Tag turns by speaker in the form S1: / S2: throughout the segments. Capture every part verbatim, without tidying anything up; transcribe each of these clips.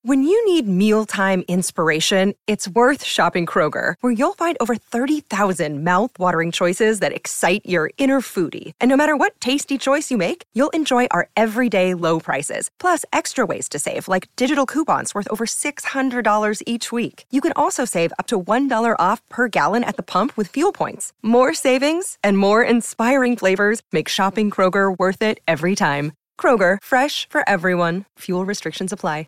S1: When you need mealtime inspiration, it's worth shopping Kroger, where you'll find over thirty thousand mouth-watering choices that excite your inner foodie. And no matter what tasty choice you make, you'll enjoy our everyday low prices, plus extra ways to save, like digital coupons worth over six hundred dollars each week. You can also save up to one dollar off per gallon at the pump with fuel points. More savings and more inspiring flavors make shopping Kroger worth it every time. Kroger, fresh for everyone. Fuel restrictions apply.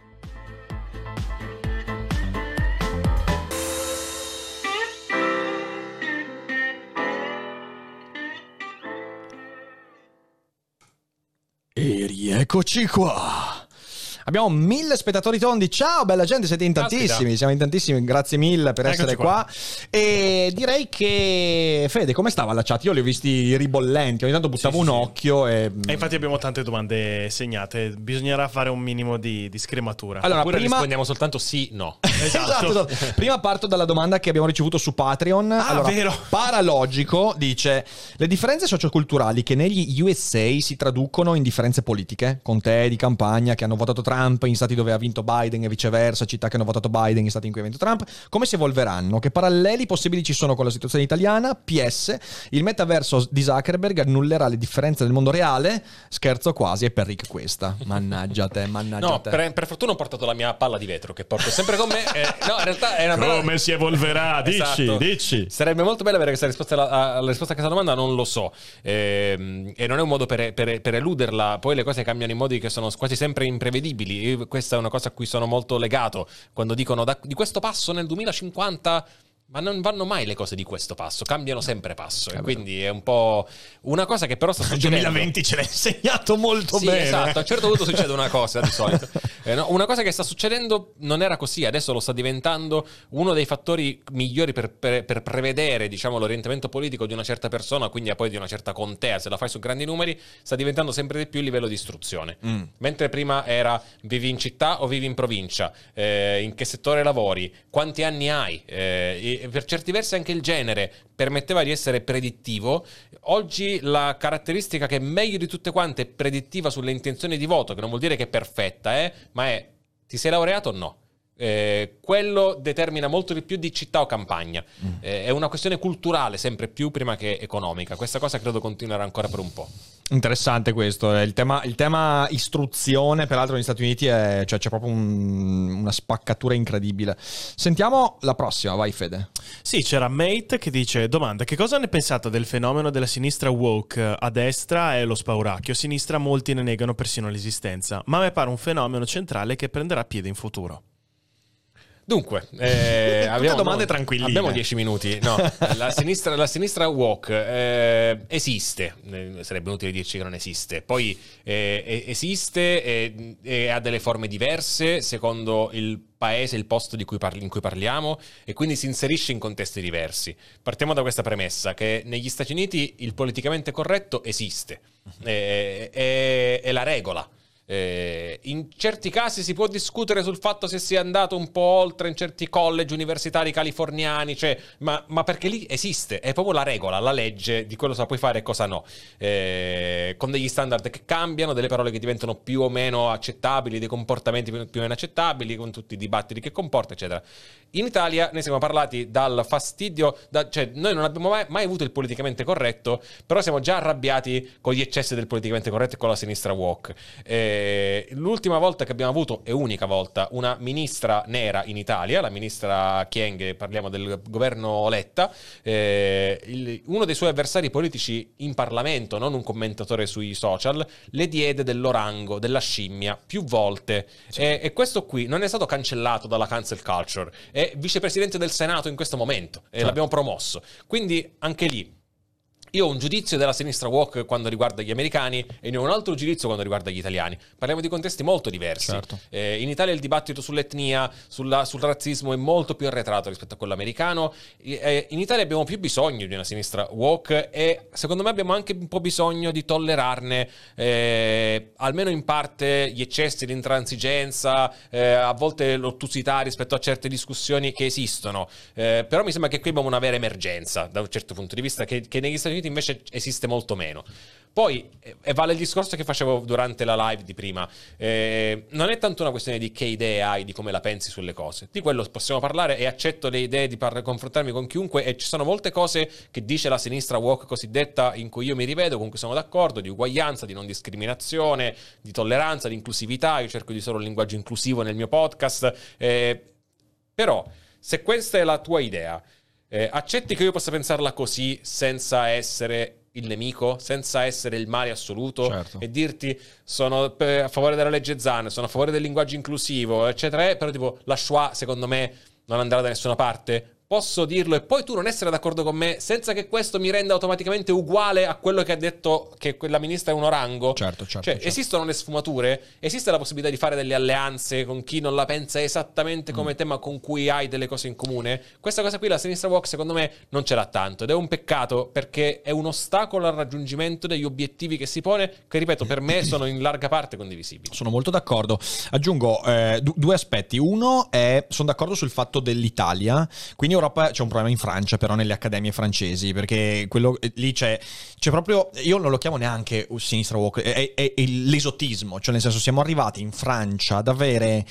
S2: E rieccoci qua. Abbiamo mille spettatori tondi. Ciao bella gente, siete in tantissimi. Aspetta. Siamo in tantissimi, grazie mille per Eccoci essere qua. qua E direi che Fede, come stava la chat? Io li ho visti ribollenti, ogni tanto buttavo sì, un sì, occhio e...
S3: e infatti abbiamo tante domande segnate. Bisognerà fare un minimo di, di scrematura.
S4: Allora, oppure prima... rispondiamo soltanto sì, no.
S2: Esatto. esatto, esatto. Prima parto dalla domanda che abbiamo ricevuto su Patreon.
S3: Ah,
S2: allora,
S3: vero.
S2: Paralogico dice: le differenze socioculturali che negli U S A si traducono in differenze politiche, contee di campagna che hanno votato Trump in stati dove ha vinto Biden e viceversa, città che hanno votato Biden in stati in cui ha vinto Trump, come si evolveranno? Che paralleli possibili ci sono con la situazione italiana? P S il metaverso di Zuckerberg annullerà le differenze del mondo reale? Scherzo quasi, è per Rick questa. Mannaggia te, mannaggia
S4: no,
S2: te.
S4: Per, per fortuna ho portato la mia palla di vetro che porto sempre con me. Eh, no, in realtà è una
S3: come
S4: bella...
S3: si evolverà? Dici,
S4: esatto.
S3: dici.
S4: Sarebbe molto bello avere questa risposta alla, alla risposta a questa domanda, non lo so. Eh, e non è un modo per, per, per eluderla. Poi le cose cambiano in modi che sono quasi sempre imprevedibili. Io, questa è una cosa a cui sono molto legato. Quando dicono da, di questo passo nel duemilacinquanta... ma non vanno mai le cose di questo passo, cambiano sempre passo. E quindi è un po' una cosa che però sta succedendo.
S3: Il duemilaventi ce l'ha insegnato molto
S4: sì,
S3: bene.
S4: Esatto, a un certo punto succede una cosa di solito. Eh, no, una cosa che sta succedendo non era così, adesso lo sta diventando uno dei fattori migliori per, per, per prevedere, diciamo, l'orientamento politico di una certa persona, quindi poi di una certa contea. Se la fai su grandi numeri, sta diventando sempre di più il livello di istruzione. Mm. Mentre prima era vivi in città o vivi in provincia, eh, in che settore lavori, quanti anni hai, eh, per certi versi anche il genere permetteva di essere predittivo. Oggi la caratteristica che meglio di tutte quante è predittiva sulle intenzioni di voto, che non vuol dire che è perfetta, eh, ma è: ti sei laureato o no? Eh, quello determina molto di più di città o campagna. Mm. Eh, è una questione culturale sempre più prima che economica. Questa cosa credo continuerà ancora per un po'.
S2: Interessante questo, il tema, il tema istruzione peraltro negli Stati Uniti è, cioè, c'è proprio un, una spaccatura incredibile. Sentiamo la prossima, vai Fede.
S3: Sì, c'era Mate che dice: domanda, che cosa ne pensate del fenomeno della sinistra woke? A destra è lo spauracchio, a sinistra molti ne negano persino l'esistenza, ma a me pare un fenomeno centrale che prenderà piede in futuro.
S4: Dunque, eh, abbiamo
S2: domande tranquilline.
S4: Abbiamo dieci minuti. No, la sinistra, la sinistra woke eh, esiste. Eh, sarebbe inutile dirci che non esiste. Poi eh, esiste e, e ha delle forme diverse secondo il paese, il posto di cui parli, in cui parliamo, e quindi si inserisce in contesti diversi. Partiamo da questa premessa, che negli Stati Uniti il politicamente corretto esiste, è, è, è la regola. Eh, in certi casi si può discutere sul fatto se sia andato un po' oltre in certi college universitari californiani, cioè, ma, ma perché lì esiste, è proprio la regola, la legge di quello cosa puoi fare e cosa no, eh, con degli standard che cambiano, delle parole che diventano più o meno accettabili, dei comportamenti più, più o meno accettabili, con tutti i dibattiti che comporta, eccetera. In Italia ne siamo parlati dal fastidio, da, cioè noi non abbiamo mai, mai avuto il politicamente corretto, però siamo già arrabbiati con gli eccessi del politicamente corretto e con la sinistra woke. Eh, l'ultima volta che abbiamo avuto, e unica volta, una ministra nera in Italia, la ministra Kyenge, parliamo del governo Letta, eh, il, uno dei suoi avversari politici in Parlamento, non un commentatore sui social, le diede dell'orango, della scimmia, più volte. Sì. E, e questo qui non è stato cancellato dalla cancel culture, è vicepresidente del Senato in questo momento e sì. l'abbiamo promosso. Quindi anche lì io ho un giudizio della sinistra woke quando riguarda gli americani e ne ho un altro giudizio quando riguarda gli italiani. Parliamo di contesti molto diversi. Certo. Eh, in Italia il dibattito sull'etnia, sulla, sul razzismo è molto più arretrato rispetto a quello americano. Eh, in Italia abbiamo più bisogno di una sinistra woke e secondo me abbiamo anche un po' bisogno di tollerarne eh, almeno in parte gli eccessi, l'intransigenza, eh, a volte l'ottusità rispetto a certe discussioni che esistono. Eh, però mi sembra che qui abbiamo una vera emergenza da un certo punto di vista, che, che negli Stati Uniti Uniti invece esiste molto meno. Poi, e vale il discorso che facevo durante la live di prima, eh, non è tanto una questione di che idee hai, di come la pensi sulle cose, di quello possiamo parlare e accetto le idee di par- confrontarmi con chiunque, e ci sono molte cose che dice la sinistra woke cosiddetta in cui io mi rivedo, con cui sono d'accordo, di uguaglianza, di non discriminazione, di tolleranza, di inclusività. Io cerco di usare un linguaggio inclusivo nel mio podcast, eh, però se questa è la tua idea, eh, accetti che io possa pensarla così senza essere il nemico, senza essere il male assoluto,
S2: certo,
S4: e dirti sono a favore della legge Zan, sono a favore del linguaggio inclusivo, eccetera, però tipo la Shoah secondo me non andrà da nessuna parte. Posso dirlo e poi tu non essere d'accordo con me senza che questo mi renda automaticamente uguale a quello che ha detto che quella ministra è un orango.
S2: Certo, certo,
S4: cioè,
S2: certo.
S4: esistono le sfumature? Esiste la possibilità di fare delle alleanze con chi non la pensa esattamente come mm. te, ma con cui hai delle cose in comune? Questa cosa qui la sinistra woke secondo me non ce l'ha tanto, ed è un peccato perché è un ostacolo al raggiungimento degli obiettivi che si pone, che ripeto per me sono in larga parte condivisibili.
S2: Sono molto d'accordo. Aggiungo eh, d- due aspetti. Uno è, sono d'accordo sul fatto dell'Italia, quindi Europa, c'è un problema in Francia però nelle accademie francesi, perché quello lì c'è c'è proprio, io non lo chiamo neanche sinistra woke, è, è, è l'esotismo, cioè nel senso siamo arrivati in Francia ad avere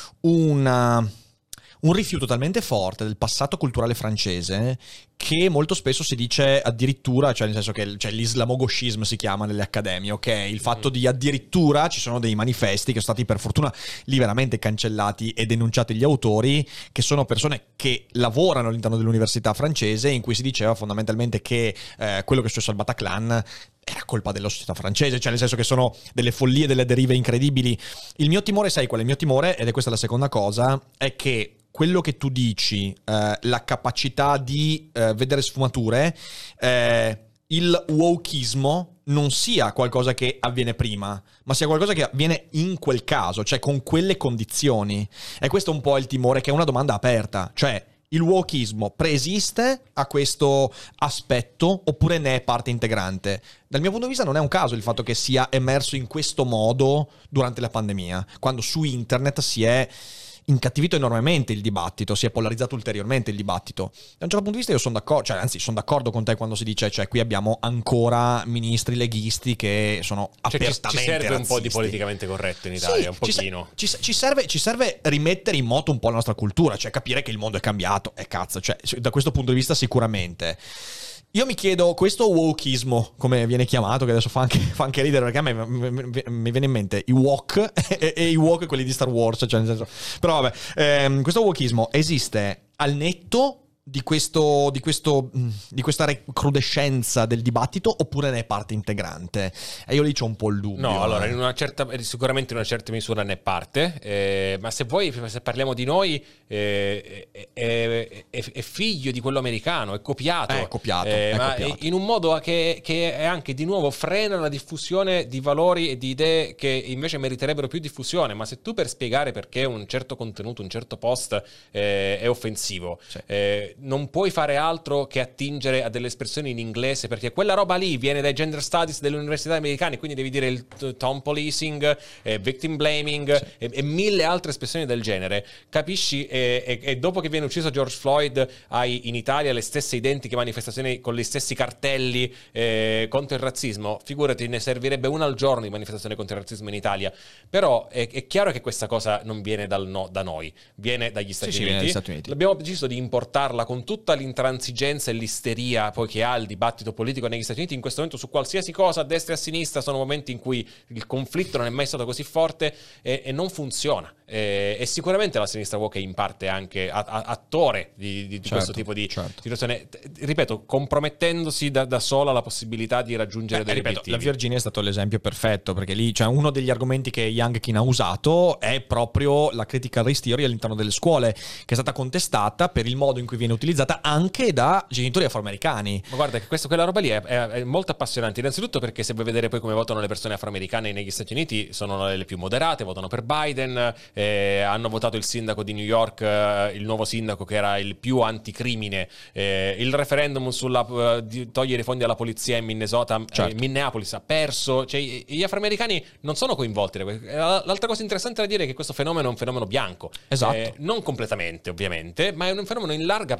S2: una un rifiuto talmente forte del passato culturale francese che molto spesso si dice addirittura, cioè nel senso che cioè l'islamogoscismo si chiama nelle accademie, ok? Il fatto di addirittura ci sono dei manifesti che sono stati per fortuna lì veramente cancellati e denunciati gli autori, che sono persone che lavorano all'interno dell'università francese, in cui si diceva fondamentalmente che eh, quello che è successo al Bataclan era colpa della società francese, cioè nel senso che sono delle follie, delle derive incredibili. Il mio timore, sai qual è? Il mio timore, ed è questa la seconda cosa, è che quello che tu dici, eh, la capacità di eh, vedere sfumature, eh, il wokeismo non sia qualcosa che avviene prima, ma sia qualcosa che avviene in quel caso, cioè con quelle condizioni. E questo è un po' il timore, che è una domanda aperta, cioè il wokeismo preesiste a questo aspetto oppure ne è parte integrante? Dal mio punto di vista non è un caso il fatto che sia emerso in questo modo durante la pandemia, quando su internet si è incattivito enormemente il dibattito, si è polarizzato ulteriormente il dibattito. Da un certo punto di vista io sono d'accordo, cioè anzi sono d'accordo con te quando si dice, cioè qui abbiamo ancora ministri leghisti che sono
S4: cioè,
S2: apertamente
S4: ci, ci serve
S2: razzisti.
S4: Un po' di politicamente corretto in Italia,
S2: sì,
S4: un pochino.
S2: Ci, ci, serve, ci serve rimettere in moto un po' la nostra cultura, cioè capire che il mondo è cambiato, e cazzo, cioè da questo punto di vista sicuramente. Io mi chiedo, questo wokeismo, come viene chiamato, che adesso fa anche, fa anche ridere, perché a me mi, mi viene in mente i woke e, e i woke quelli di Star Wars, cioè nel senso. Però vabbè, ehm, questo wokeismo esiste al netto di questo di questo di questa recrudescenza del dibattito oppure ne è parte integrante? E io lì c'ho un po' il dubbio.
S4: No,
S2: eh.
S4: allora in una certa, sicuramente in una certa misura ne è parte, eh, ma se poi se parliamo di noi eh, è, è, è, è figlio di quello americano, è copiato,
S2: è copiato,
S4: eh,
S2: è
S4: ma
S2: copiato.
S4: in un modo che, che è anche di nuovo frena la diffusione di valori e di idee che invece meriterebbero più diffusione. Ma se tu per spiegare perché un certo contenuto, un certo post eh, è offensivo, sì. eh, non puoi fare altro che attingere a delle espressioni in inglese, perché quella roba lì viene dai gender studies delle università americane, quindi devi dire il tom policing, eh, victim blaming, sì. e, e mille altre espressioni del genere. Capisci? E, e, e dopo che viene ucciso George Floyd hai in Italia le stesse identiche manifestazioni con gli stessi cartelli eh, contro il razzismo. Figurati, ne servirebbe una al giorno di manifestazione contro il razzismo in Italia. Però è, è chiaro che questa cosa non viene dal no, da noi, viene dagli Stati,
S2: sì,
S4: Uniti.
S2: Sì, viene dagli Stati Uniti.
S4: Abbiamo deciso di importarla con tutta l'intransigenza e l'isteria poi che ha il dibattito politico negli Stati Uniti in questo momento su qualsiasi cosa, a destra e a sinistra. Sono momenti in cui il conflitto non è mai stato così forte e, e non funziona. E, e sicuramente la sinistra woke è in parte anche a, a, attore di, di, di certo, questo tipo di certo. situazione, ripeto, compromettendosi da, da sola la possibilità di raggiungere eh, degli
S2: ripeto,
S4: obiettivi.
S2: La Virginia è stato l'esempio perfetto, perché lì cioè, uno degli argomenti che Youngkin ha usato è proprio la critical race theory all'interno delle scuole, che è stata contestata per il modo in cui viene utilizzata anche da genitori afroamericani.
S4: Ma guarda che questo, quella roba lì è, è, è molto appassionante, innanzitutto perché se vuoi vedere poi come votano le persone afroamericane negli Stati Uniti, sono le più moderate, votano per Biden, eh, hanno votato il sindaco di New York, eh, il nuovo sindaco che era il più anticrimine, eh, il referendum sulla uh, di togliere i fondi alla polizia in Minnesota, certo. eh, Minneapolis ha perso, cioè gli afroamericani non sono coinvolti. L'altra cosa interessante da dire è che questo fenomeno è un fenomeno bianco,
S2: esatto.
S4: eh, non completamente ovviamente, ma è un fenomeno in larga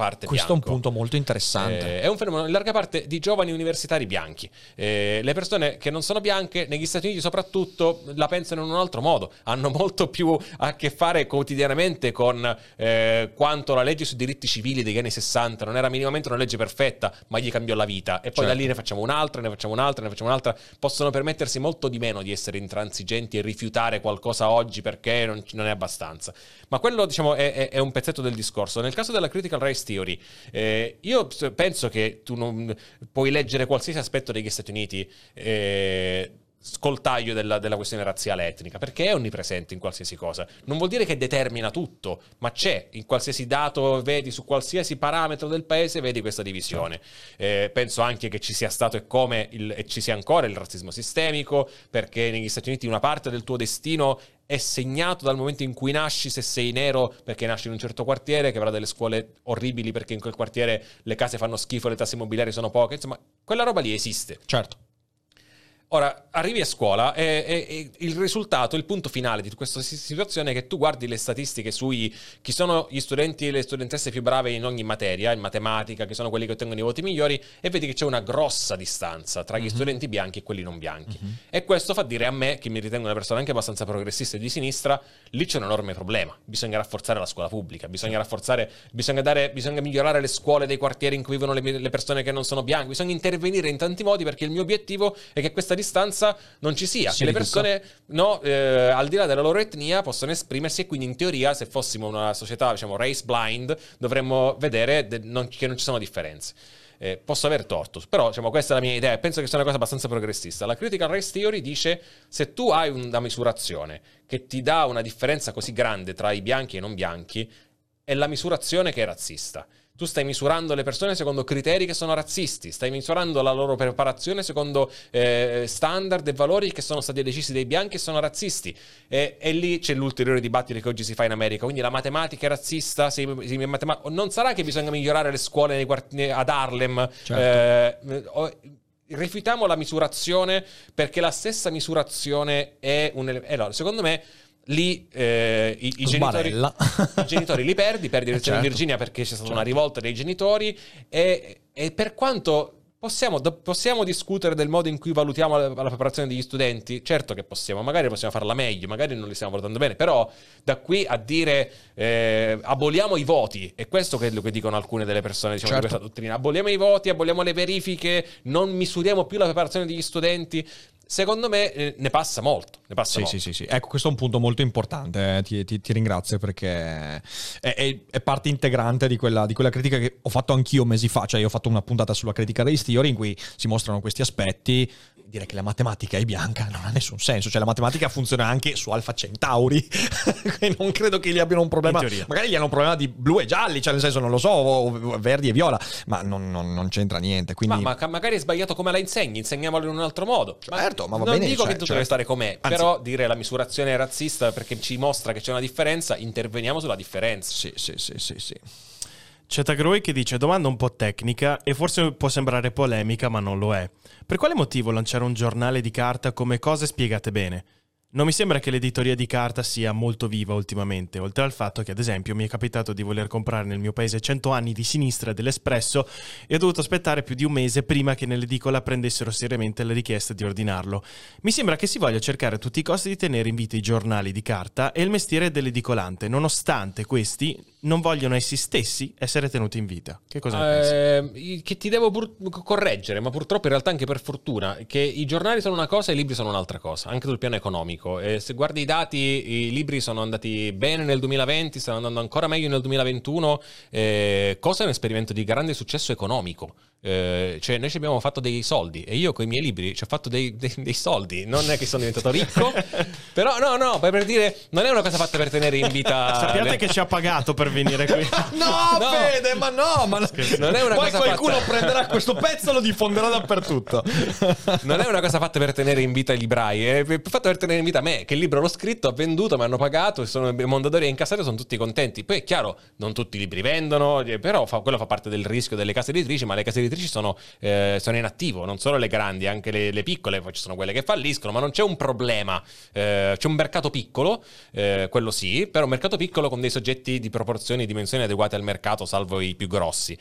S4: parte
S2: Questo
S4: bianco.
S2: è un punto molto interessante.
S4: Eh, è un fenomeno in larga parte di giovani universitari bianchi. Eh, le persone che non sono bianche, negli Stati Uniti soprattutto, la pensano in un altro modo. Hanno molto più a che fare quotidianamente con eh, quanto la legge sui diritti civili degli anni sessanta non era minimamente una legge perfetta, ma gli cambiò la vita. E poi
S2: certo.
S4: da lì ne facciamo un'altra, ne facciamo un'altra, ne facciamo un'altra. Possono permettersi molto di meno di essere intransigenti e rifiutare qualcosa oggi perché non, non è abbastanza. Ma quello, diciamo, è, è, è un pezzetto del discorso. Nel caso della critical race theory, eh, io penso che tu non puoi leggere qualsiasi aspetto degli Stati Uniti eh, scoltaglio della, della questione razziale etnica, perché è onnipresente in qualsiasi cosa. Non vuol dire che determina tutto, ma c'è in qualsiasi dato, vedi su qualsiasi parametro del paese, vedi questa divisione. Eh, penso anche che ci sia stato e come il, e ci sia ancora il razzismo sistemico, perché negli Stati Uniti una parte del tuo destino è segnato dal momento in cui nasci, se sei nero perché nasci in un certo quartiere che avrà delle scuole orribili perché in quel quartiere le case fanno schifo, le tasse immobiliari sono poche, insomma quella roba lì esiste.
S2: Certo.
S4: Ora, arrivi a scuola e, e, e il risultato, il punto finale di questa situazione è che tu guardi le statistiche sui chi sono gli studenti e le studentesse più brave in ogni materia, in matematica, che sono quelli che ottengono i voti migliori, e vedi che c'è una grossa distanza tra gli mm-hmm. studenti bianchi e quelli non bianchi. Mm-hmm. E questo fa dire a me, che mi ritengo una persona anche abbastanza progressista e di sinistra, lì c'è un enorme problema. Bisogna rafforzare la scuola pubblica, bisogna rafforzare, bisogna dare, bisogna migliorare le scuole dei quartieri in cui vivono le, le persone che non sono bianche, bisogna intervenire in tanti modi, perché il mio obiettivo è che questa distanza non ci sia, sì, che le persone no, eh, al di là della loro etnia possono esprimersi, e quindi in teoria se fossimo una società, diciamo, race blind, dovremmo vedere de- non, che non ci sono differenze. Eh, posso aver torto, però diciamo, questa è la mia idea, penso che sia una cosa abbastanza progressista. La critical race theory dice: se tu hai una misurazione che ti dà una differenza così grande tra i bianchi e i non bianchi, è la misurazione che è razzista. Tu stai misurando le persone secondo criteri che sono razzisti, stai misurando la loro preparazione secondo eh, standard e valori che sono stati decisi dai bianchi e sono razzisti. E, e lì c'è l'ulteriore dibattito che oggi si fa in America. Quindi la matematica è razzista? Se, se, matema- non sarà che bisogna migliorare le scuole nei quart- ad Harlem? Certo. Eh, o, rifiutiamo la misurazione, perché la stessa misurazione è un ele- allora, secondo me lì eh, i, i, genitori, i genitori li perdi, perdi l'elezione certo. in Virginia perché c'è stata certo. una rivolta dei genitori, e, e per quanto possiamo, possiamo discutere del modo in cui valutiamo la, la preparazione degli studenti, certo che possiamo, magari possiamo farla meglio, magari non li stiamo valutando bene, però da qui a dire eh, aboliamo i voti, e questo è quello che dicono alcune delle persone, diciamo, certo. di questa dottrina, aboliamo i voti, aboliamo le verifiche, non misuriamo più la preparazione degli studenti. Secondo me eh, ne passa molto. Ne passa
S2: sì,
S4: molto.
S2: sì, sì, sì. Ecco, questo è un punto molto importante. Eh. Ti, ti, ti ringrazio, perché è, è, è parte integrante di quella, di quella critica che ho fatto anch'io mesi fa. Cioè, io ho fatto una puntata sulla critical race theory in cui si mostrano questi aspetti. Dire che la matematica è bianca non ha nessun senso. Cioè, la matematica funziona anche su Alfa Centauri. Non credo che gli abbiano un problema. Magari gli hanno un problema di blu e gialli, cioè nel senso, non lo so, o verdi e viola, ma non, non, non c'entra niente. Quindi... Ma,
S4: ma magari è sbagliato come la insegni, insegniamolo in un altro modo.
S2: Certo, ma, ma va
S4: non
S2: bene.
S4: dico
S2: cioè,
S4: che tu
S2: cioè,
S4: deve stare com'è,
S2: anzi,
S4: però dire la misurazione è razzista perché ci mostra che c'è una differenza, interveniamo sulla differenza.
S2: Sì, sì, sì, sì, sì.
S3: C'è Tagroi che dice: domanda un po' tecnica e forse può sembrare polemica, ma non lo è. Per quale motivo lanciare un giornale di carta come Cose spiegate bene? Non mi sembra che l'editoria di carta sia molto viva ultimamente, oltre al fatto che, ad esempio, mi è capitato di voler comprare nel mio paese cento anni di sinistra dell'Espresso e ho dovuto aspettare più di un mese prima che nell'edicola prendessero seriamente la richiesta di ordinarlo. Mi sembra che si voglia cercare a tutti i costi di tenere in vita i giornali di carta e il mestiere dell'edicolante, nonostante questi non vogliono essi stessi essere tenuti in vita. Che cosa ne
S4: eh, pensi? Che ti devo pur- correggere, ma purtroppo in realtà anche per fortuna, che i giornali sono una cosa e i libri sono un'altra cosa, anche sul piano economico. Eh, se guardi i dati, i libri sono andati bene nel duemilaventi, stanno andando ancora meglio nel duemilaventuno. Eh, cosa è un esperimento di grande successo economico. Eh, cioè noi ci abbiamo fatto dei soldi e io con i miei libri ci ho fatto dei, dei, dei soldi, non è che sono diventato ricco. Però no no per dire, non è una cosa fatta per tenere in vita.
S3: Sappiate
S4: le...
S3: che ci ha pagato per venire qui.
S2: no, no Fede, ma no, ma
S4: non è una
S2: poi
S4: cosa
S2: qualcuno
S4: fatta...
S2: prenderà questo pezzo e lo diffonderà dappertutto.
S4: Non è una cosa fatta per tenere in vita i librai, è fatta per tenere in vita me, che il libro l'ho scritto, ho venduto, mi hanno pagato, sono Mondadori e Incassare, sono tutti contenti. Poi è chiaro, non tutti i libri vendono, però fa, quello fa parte del rischio delle case editrici, ma le case editrici sono eh, sono in attivo, non solo le grandi, anche le, le piccole, poi ci sono quelle che falliscono, ma non c'è un problema. Eh, c'è un mercato piccolo, eh, quello sì, però un mercato piccolo con dei soggetti di, propor- proporzioni e dimensioni adeguate al mercato, salvo i più grossi.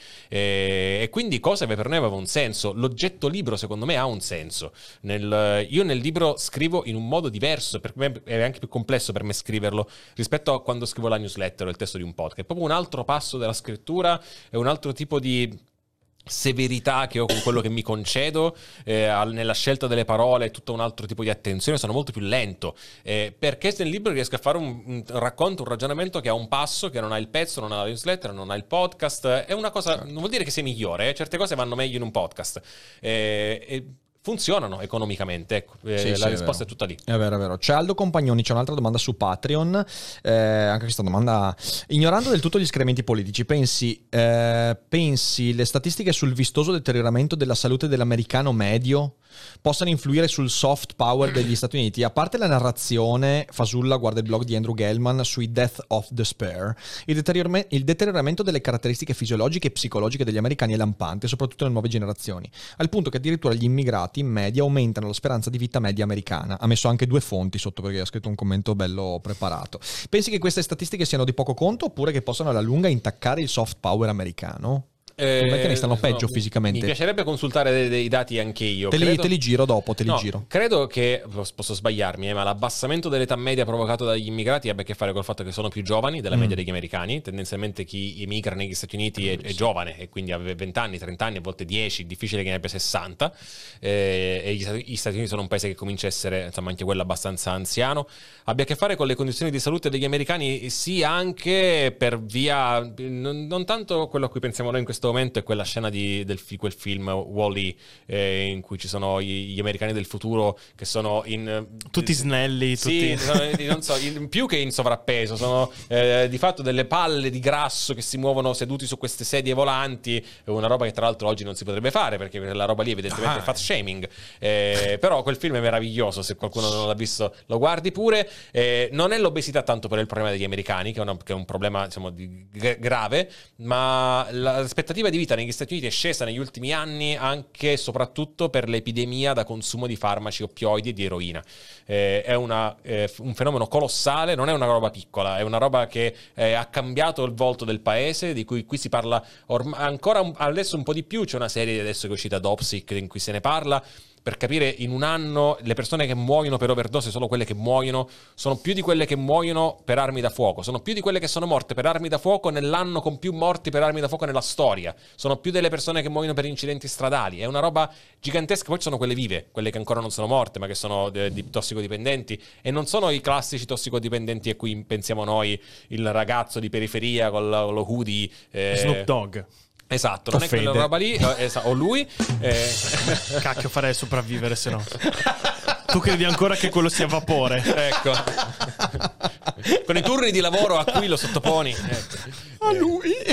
S4: E, e quindi cosa per noi aveva un senso. L'oggetto libro secondo me ha un senso. Nel, io nel libro scrivo in un modo diverso, per me è anche più complesso per me scriverlo rispetto a quando scrivo la newsletter o il testo di un podcast. È proprio un altro passo della scrittura, è un altro tipo di severità che ho con quello che mi concedo, eh, nella scelta delle parole, tutto un altro tipo di attenzione, sono molto più lento, eh, perché nel libro riesco a fare un, un racconto, un ragionamento che ha un passo, che non ha il pezzo, non ha la newsletter, non ha il podcast. È una cosa, non vuol dire che sei migliore, eh, certe cose vanno meglio in un podcast, eh, e funzionano economicamente, ecco. Eh,
S2: sì,
S4: la
S2: sì,
S4: risposta
S2: è,
S4: è tutta lì.
S2: È vero, è vero. C'è Aldo Compagnoni, c'è un'altra domanda su Patreon, eh, anche questa domanda: ignorando del tutto gli schieramenti politici, pensi, eh, pensi le statistiche sul vistoso deterioramento della salute dell'americano medio possano influire sul soft power degli Stati Uniti? A parte la narrazione, Fasulla guarda il blog di Andrew Gellman sui Death of Despair, il, deteriorame- il deterioramento delle caratteristiche fisiologiche e psicologiche degli americani è lampante, soprattutto nelle nuove generazioni, al punto che addirittura gli immigrati in media aumentano la speranza di vita media americana. Ha messo anche due fonti sotto perché ha scritto un commento bello preparato. Pensi che queste statistiche siano di poco conto oppure che possano alla lunga intaccare il soft power americano? Eh, Perché ne stanno peggio no, fisicamente?
S4: Mi piacerebbe consultare dei, dei dati anche io.
S2: Te li, credo... te li giro dopo, te li
S4: no,
S2: giro.
S4: Credo che, posso sbagliarmi, eh, ma l'abbassamento dell'età media provocato dagli immigrati abbia a che fare col fatto che sono più giovani della mm. media degli americani. Tendenzialmente chi emigra negli Stati Uniti è, è giovane e quindi ha venti anni, trenta anni, a volte dieci, difficile che ne abbia sessanta. Eh, e gli, gli Stati Uniti sono un paese che comincia a essere, insomma, anche quello abbastanza anziano. Abbia a che fare con le condizioni di salute degli americani, sì, anche per via, non, non tanto quello a cui pensiamo noi in questo momento è quella scena di, del quel film Wall-E, eh, in cui ci sono gli, gli americani del futuro che sono in
S3: tutti snelli,
S4: sì,
S3: tutti...
S4: sono, non so, in, più che in sovrappeso, sono eh, di fatto delle palle di grasso che si muovono seduti su queste sedie volanti, una roba che tra l'altro oggi non si potrebbe fare perché la roba lì evidentemente ah, è fat shaming, eh, però quel film è meraviglioso, se qualcuno non l'ha visto lo guardi pure. Eh, non è l'obesità tanto per il problema degli americani, che è, una, che è un problema, diciamo, di, g- grave, ma l'aspettativa di vita negli Stati Uniti è scesa negli ultimi anni anche e soprattutto per l'epidemia da consumo di farmaci oppioidi e di eroina. Eh, è una, eh, un fenomeno colossale, non è una roba piccola, è una roba che eh, ha cambiato il volto del paese, di cui qui si parla orm- ancora un, adesso un po' di più. C'è una serie adesso che è uscita, Dopsic, in cui se ne parla. Per capire, in un anno le persone che muoiono per overdose, solo quelle che muoiono, sono più di quelle che muoiono per armi da fuoco, sono più di quelle che sono morte per armi da fuoco nell'anno con più morti per armi da fuoco nella storia, sono più delle persone che muoiono per incidenti stradali, è una roba gigantesca. Poi ci sono quelle vive, quelle che ancora non sono morte ma che sono de- di tossicodipendenti, e non sono i classici tossicodipendenti a cui pensiamo noi, il ragazzo di periferia con lo, lo hoodie, eh...
S3: Snoop Dogg.
S4: Esatto, non
S3: Offende.
S4: è quella roba lì, esa- o lui. Eh.
S3: Cacchio, farei sopravvivere se no. Tu credi ancora che quello sia vapore?
S4: Ecco. Con i turni di lavoro a cui lo sottoponi. Ecco.
S2: A lui e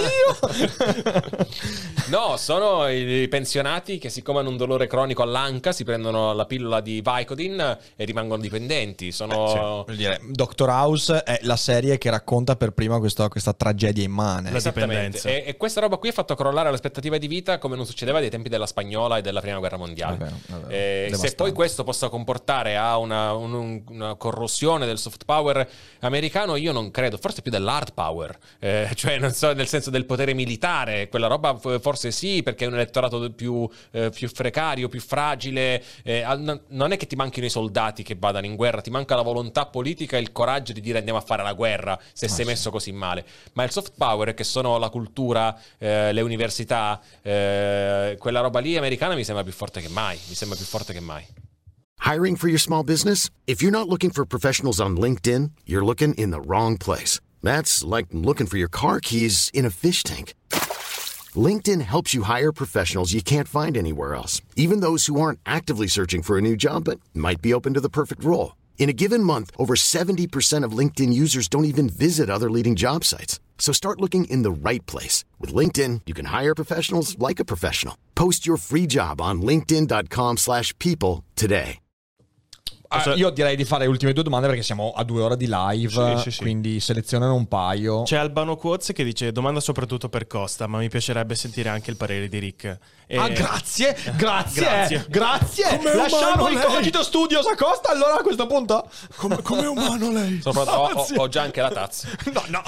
S2: io.
S4: No, sono i pensionati che, siccome hanno un dolore cronico all'anca, si prendono la pillola di Vicodin e rimangono dipendenti. Sono...
S2: Eh, sì. Vuol dire, Doctor House è la serie che racconta per prima questa, questa tragedia immane.
S4: Esattamente. E, e questa roba qui ha fatto crollare l'aspettativa di vita come non succedeva dai tempi della Spagnola e della Prima Guerra Mondiale.
S2: È vero, è vero.
S4: E se poi questo possa comportare a una, un, una corrosione del soft power americano, io non credo, forse più dell'hard power, eh, cioè non so, nel senso del potere militare, quella roba forse sì, perché è un elettorato più, eh, più precario, più fragile, eh, non è che ti manchino i soldati che vadano in guerra, ti manca la volontà politica e il coraggio di dire andiamo a fare la guerra se ah, sei sì. messo così male. Ma il soft power, che sono la cultura, eh, le università, eh, quella roba lì americana mi sembra più forte che mai, mi sembra più forte che mai.
S5: Hiring for your small business? If you're not looking for professionals on LinkedIn, you're looking in the wrong place. That's like looking for your car keys in a fish tank. LinkedIn helps you hire professionals you can't find anywhere else, even those who aren't actively searching for a new job but might be open to the perfect role. In a given month, over seventy percent of LinkedIn users don't even visit other leading job sites. So start looking in the right place. With LinkedIn, you can hire professionals like a professional. Post your free job on linkedin dot com slash people today.
S2: Ah, io direi di fare le ultime due domande perché siamo a due ore di live,
S3: Sì, sì, sì.
S2: quindi selezionano un paio.
S3: C'è Albano Quoz che dice domanda soprattutto per Costa, ma mi piacerebbe sentire anche il parere di Rick. E...
S2: Ah, grazie, grazie,
S3: Grazie.
S2: grazie.
S3: Come
S2: Lasciamo
S3: umano
S2: il
S3: lei.
S2: Cogito Studios a Costa allora a questo punto?
S3: Come, come umano lei?
S4: Soprattutto ho, ho- ho già anche la tazza.
S2: No, no.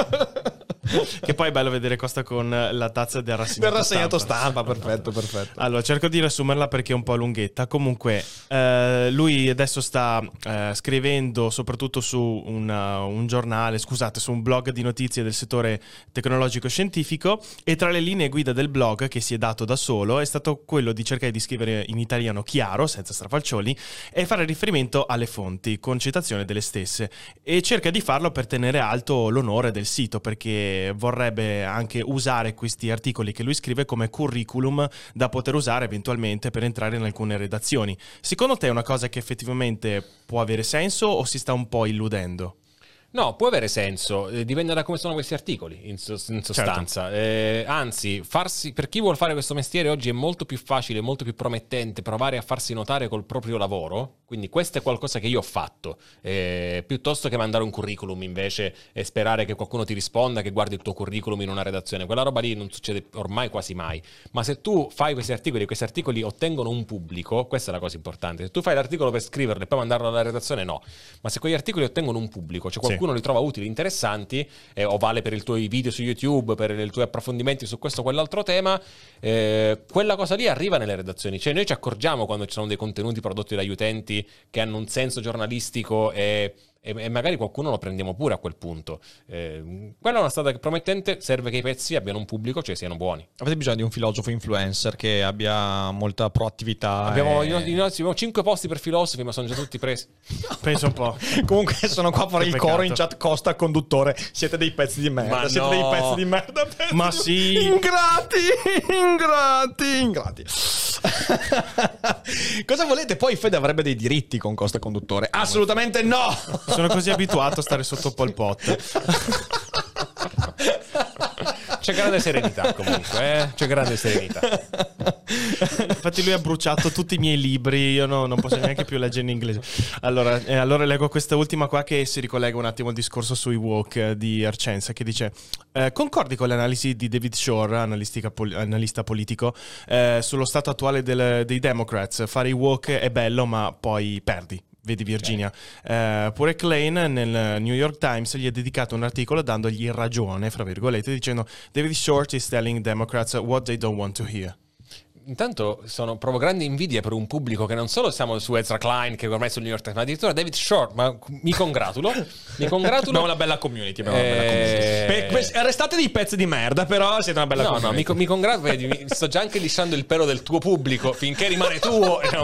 S3: Che poi è bello vedere Costa con la tazza del rassegnato,
S2: Del rassegnato
S3: stampa.
S2: stampa, perfetto, perfetto.
S3: Allora, cerco di riassumerla perché è un po' lunghetta. Comunque, eh, lui adesso sta eh, scrivendo soprattutto su una- un giornale, scusate, su un blog di notizie del settore tecnologico-scientifico, e tra le linee guida del blog che si è dato da solo è stato quello di cercare di scrivere in italiano chiaro, senza strafalcioni, e fare riferimento alle fonti, con citazione delle stesse. E cerca di farlo per tenere alto l'onore del sito, perché vorrebbe anche usare questi articoli che lui scrive come curriculum da poter usare eventualmente per entrare in alcune redazioni. Secondo te è una cosa che effettivamente può avere senso o si sta un po' illudendo?
S4: No, può avere senso, eh, dipende da come sono questi articoli, in, sos- in sostanza. Eh, anzi, farsi, per chi vuole fare questo mestiere oggi è molto più facile, molto più promettente provare a farsi notare col proprio lavoro. Quindi questo è qualcosa che io ho fatto, eh, piuttosto che mandare un curriculum invece e sperare che qualcuno ti risponda, che guardi il tuo curriculum in una redazione. Quella roba lì non succede ormai quasi mai. Ma se tu fai questi articoli e questi articoli ottengono un pubblico, questa è la cosa importante. Se tu fai l'articolo per scriverlo e poi mandarlo alla redazione, no. Ma se quegli articoli ottengono un pubblico, cioè qualcuno qualcuno li trova utili, interessanti, eh, o vale per i tuoi video su YouTube, per i tuoi approfondimenti su questo o quell'altro tema, eh, quella cosa lì arriva nelle redazioni. Cioè noi ci accorgiamo quando ci sono dei contenuti prodotti dagli utenti che hanno un senso giornalistico e, e, e magari qualcuno lo prendiamo pure a quel punto. Eh, quella è una strada promettente, serve che i pezzi abbiano un pubblico, cioè siano buoni.
S2: Avete bisogno di un filosofo influencer che abbia molta proattività.
S4: Abbiamo,
S2: e...
S4: i nostri- i nostri- abbiamo cinque posti per filosofi, ma sono già tutti presi.
S3: Penso un po'.
S2: Comunque sono qua a fare
S3: Che
S2: il
S3: peccato.
S2: coro in chat. Costa conduttore, siete dei pezzi di merda.
S4: Ma
S2: siete
S4: no.
S2: dei pezzi di merda. pezzi
S3: Ma
S2: di-
S3: sì.
S2: Ingrati, ingrati, ingrati. Cosa volete? Poi Fede avrebbe dei diritti con Costa conduttore. Assolutamente no.
S3: Sono così abituato a stare sotto Pol Pot.
S4: C'è grande serenità comunque, eh? C'è grande serenità.
S3: Infatti lui ha bruciato tutti i miei libri, io no, non posso neanche più leggere in inglese. Allora, eh, allora leggo questa ultima qua che si ricollega un attimo al discorso sui walk eh, di Arcenza, che dice eh, concordi con le analisi di David Shore, analistica pol- analista politico, eh, sullo stato attuale del- dei Democrats. Fare i walk è bello ma poi perdi. Vedi Virginia. Eh, pure Klein nel New York Times gli ha dedicato un articolo dandogli ragione, fra virgolette, dicendo David Short is telling Democrats what they don't want to hear.
S4: Intanto sono, provo grande invidia per un pubblico che non solo siamo su Ezra Klein, che ormai è sul New York Times, ma addirittura David Short. Ma mi congratulo. Mi congratulo.
S2: Abbiamo una bella community. Abbiamo una bella
S4: Eh,
S2: community. Pe- pe- restate dei pezzi di merda, però siete una bella
S4: No, no,
S2: community.
S4: mi, co- mi congratulo. Vedi, mi sto già anche lisciando il pelo del tuo pubblico finché rimane tuo. No,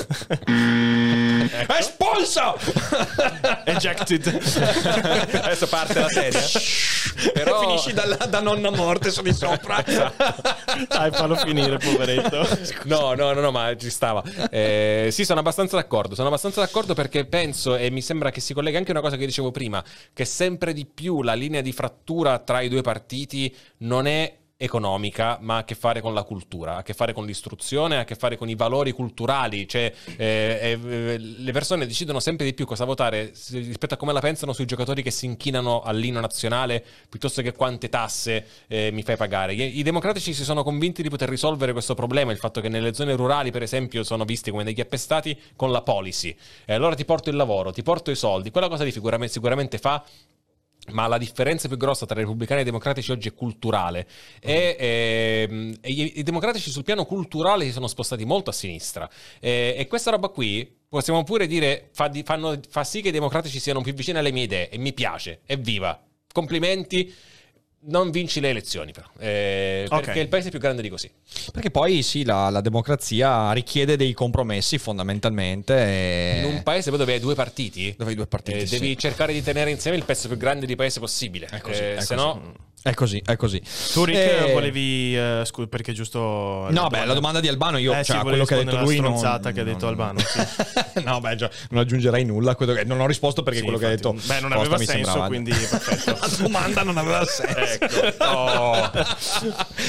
S4: ecco.
S2: Espulso!
S3: Ejected.
S4: Adesso parte la serie. Però
S2: Finisci da, da nonna morte su di sopra.
S3: Dai, fallo finire, poveretto.
S4: No, no, no, no, ma ci stava. Eh, sì, sono abbastanza d'accordo. Sono abbastanza d'accordo perché penso, e mi sembra che si collega anche a una cosa che dicevo prima, che sempre di più la linea di frattura tra i due partiti non è economica, ma ha a che fare con la cultura, ha a che fare con l'istruzione, ha a che fare con i valori culturali. Cioè eh, eh, le persone decidono sempre di più cosa votare s- rispetto a come la pensano sui giocatori che si inchinano all'inno nazionale piuttosto che quante tasse eh, mi fai pagare. I, i democratici si sono convinti di poter risolvere questo problema, il fatto che nelle zone rurali per esempio sono visti come degli appestati, con la policy. E allora ti porto il lavoro, ti porto i soldi, quella cosa lì sicuramente, sicuramente fa. Ma la differenza più grossa tra i repubblicani e i democratici oggi è culturale e, ehm, e i, i democratici sul piano culturale si sono spostati molto a sinistra e, e questa roba qui possiamo pure dire fa, di, fanno, fa sì che i democratici siano più vicini alle mie idee e mi piace, evviva, complimenti. Non vinci le elezioni però eh,
S3: Ok.
S4: perché il paese è più grande di così.
S2: Perché poi sì, la, la democrazia richiede dei compromessi fondamentalmente. E...
S4: In un paese poi dove hai due partiti,
S2: Dove hai due partiti,
S4: eh,
S2: sì.
S4: devi cercare di tenere insieme il pezzo più grande di paese possibile.
S2: È così,
S4: Eh,
S2: è
S4: se
S2: così.
S4: no
S2: È così, è così.
S3: Tu Rick
S2: Eh,
S3: volevi eh, scusa perché giusto
S2: No, beh, la domanda di Albano io,
S3: eh,
S2: cioè,
S3: sì,
S2: quello che ha detto
S3: volevi
S2: lui non,
S3: rispondere alla stronzata che ha detto
S2: non-
S3: Albano, sì.
S2: No, beh, già, non aggiungerai nulla a quello che non ho risposto perché
S3: Sì,
S2: quello che ha detto
S3: infatti. Beh, non
S2: Costa
S3: aveva
S2: mi
S3: senso,
S2: sembrava-
S3: quindi perfetto.
S2: La domanda non aveva senso.
S4: ecco. No.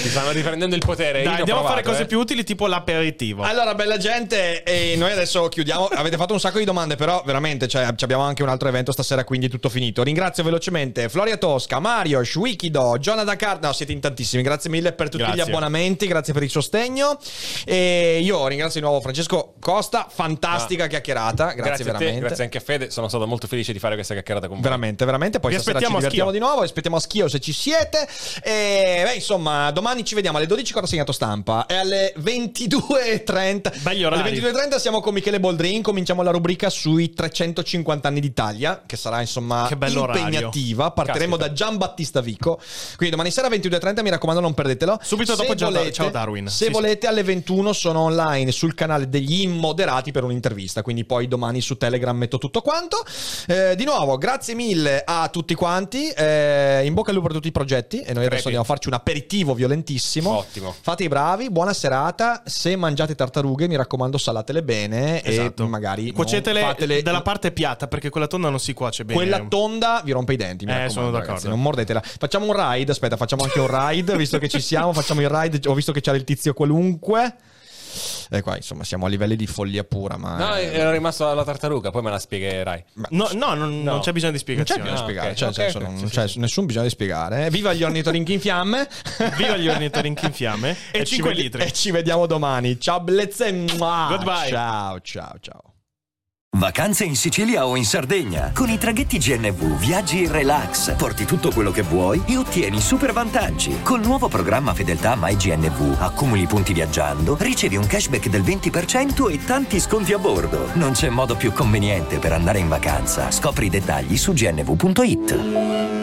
S4: Ti stanno riprendendo il potere.
S3: Dai, andiamo
S4: provato,
S3: a fare cose
S4: eh.
S3: più utili, tipo l'aperitivo.
S2: Allora, bella gente, e noi adesso chiudiamo. Avete fatto un sacco di domande, però veramente cioè, abbiamo anche un altro evento stasera, quindi è tutto finito. Ringrazio velocemente Floria Tosca, Mario, Wikido, Jonathan Card. No, siete in tantissimi. Grazie mille per tutti
S3: Grazie.
S2: gli abbonamenti, grazie per il sostegno. E io ringrazio di nuovo Francesco Costa, fantastica
S4: Ah.
S2: chiacchierata. Grazie,
S4: Grazie a te,
S2: veramente.
S4: grazie anche a Fede. Sono stato molto felice di fare questa chiacchierata con voi.
S2: Veramente, veramente. Poi
S3: Vi
S2: stasera ci
S3: aspettiamo a
S2: divertiamo
S3: Schio.
S2: di nuovo. Aspettiamo a Schio se ci siete. E beh, insomma, domani ci vediamo alle dodici con segnato stampa. E alle ventidue e trenta.
S3: Begli
S2: Alle
S3: orari.
S2: ventidue e trenta siamo con Michele Boldrin. Cominciamo la rubrica sui trecentocinquanta anni d'Italia, che sarà insomma
S3: Che bello
S2: impegnativa. Partiremo
S4: Caspita.
S2: da Giambattista Vico. Quindi domani sera ventidue e trenta, mi raccomando, non perdetelo.
S3: Subito
S2: Se
S3: dopo Ciao-
S2: volete-
S3: Ciao Darwin.
S2: Se
S3: Sì,
S2: volete, alle ventuno sono online sul canale degli immoderati per un'intervista. Quindi poi domani su Telegram metto tutto quanto. Eh, di nuovo, grazie mille a tutti quanti. Eh, in bocca al lupo per tutti i progetti. E noi adesso
S4: Crepi.
S2: andiamo a farci un aperitivo violentissimo.
S4: Ottimo.
S2: Fate i bravi, buona serata. Se mangiate tartarughe, mi raccomando, salatele bene.
S3: Esatto.
S2: E magari non
S3: Cuocetele
S2: fatele-
S3: dalla parte piatta, perché quella tonda non si cuoce bene.
S2: Quella tonda vi rompe i denti, mi
S3: Eh,
S2: raccomando,
S3: sono d'accordo.
S2: ragazzi, non mordetela. Facciamo un ride, aspetta, facciamo anche un ride, visto che ci siamo, facciamo il ride. Ho visto che c'era il tizio qualunque. E qua, insomma, siamo a livelli di follia pura, ma
S4: No,
S2: eh,
S4: era rimasto alla tartaruga, poi me la spiegherai.
S3: No, no, non,
S4: No.
S3: non c'è bisogno di
S2: non c'è
S3: spiegazioni.
S2: bisogno di
S4: Ah,
S2: spiegare,
S4: ok,
S2: cioè, nel
S4: ok,
S2: senso,
S4: ok,
S2: non
S4: sì,
S2: c'è nessun bisogno di spiegare. eh. Viva gli ornitorinchi in fiamme!
S3: Viva gli ornitorinchi in fiamme e
S2: ci
S3: cinque
S2: vedi-
S3: litri.
S2: E ci vediamo domani. Ciao, bellezze! Mua!
S3: Goodbye.
S2: Ciao, ciao, ciao.
S6: Vacanze in Sicilia o in Sardegna. Con i traghetti G N V viaggi in relax, porti tutto quello che vuoi e ottieni super vantaggi. Col nuovo programma Fedeltà MyGNV accumuli punti viaggiando, ricevi un cashback del venti per cento e tanti sconti a bordo. Non c'è modo più conveniente per andare in vacanza. Scopri i dettagli su gnv punto it.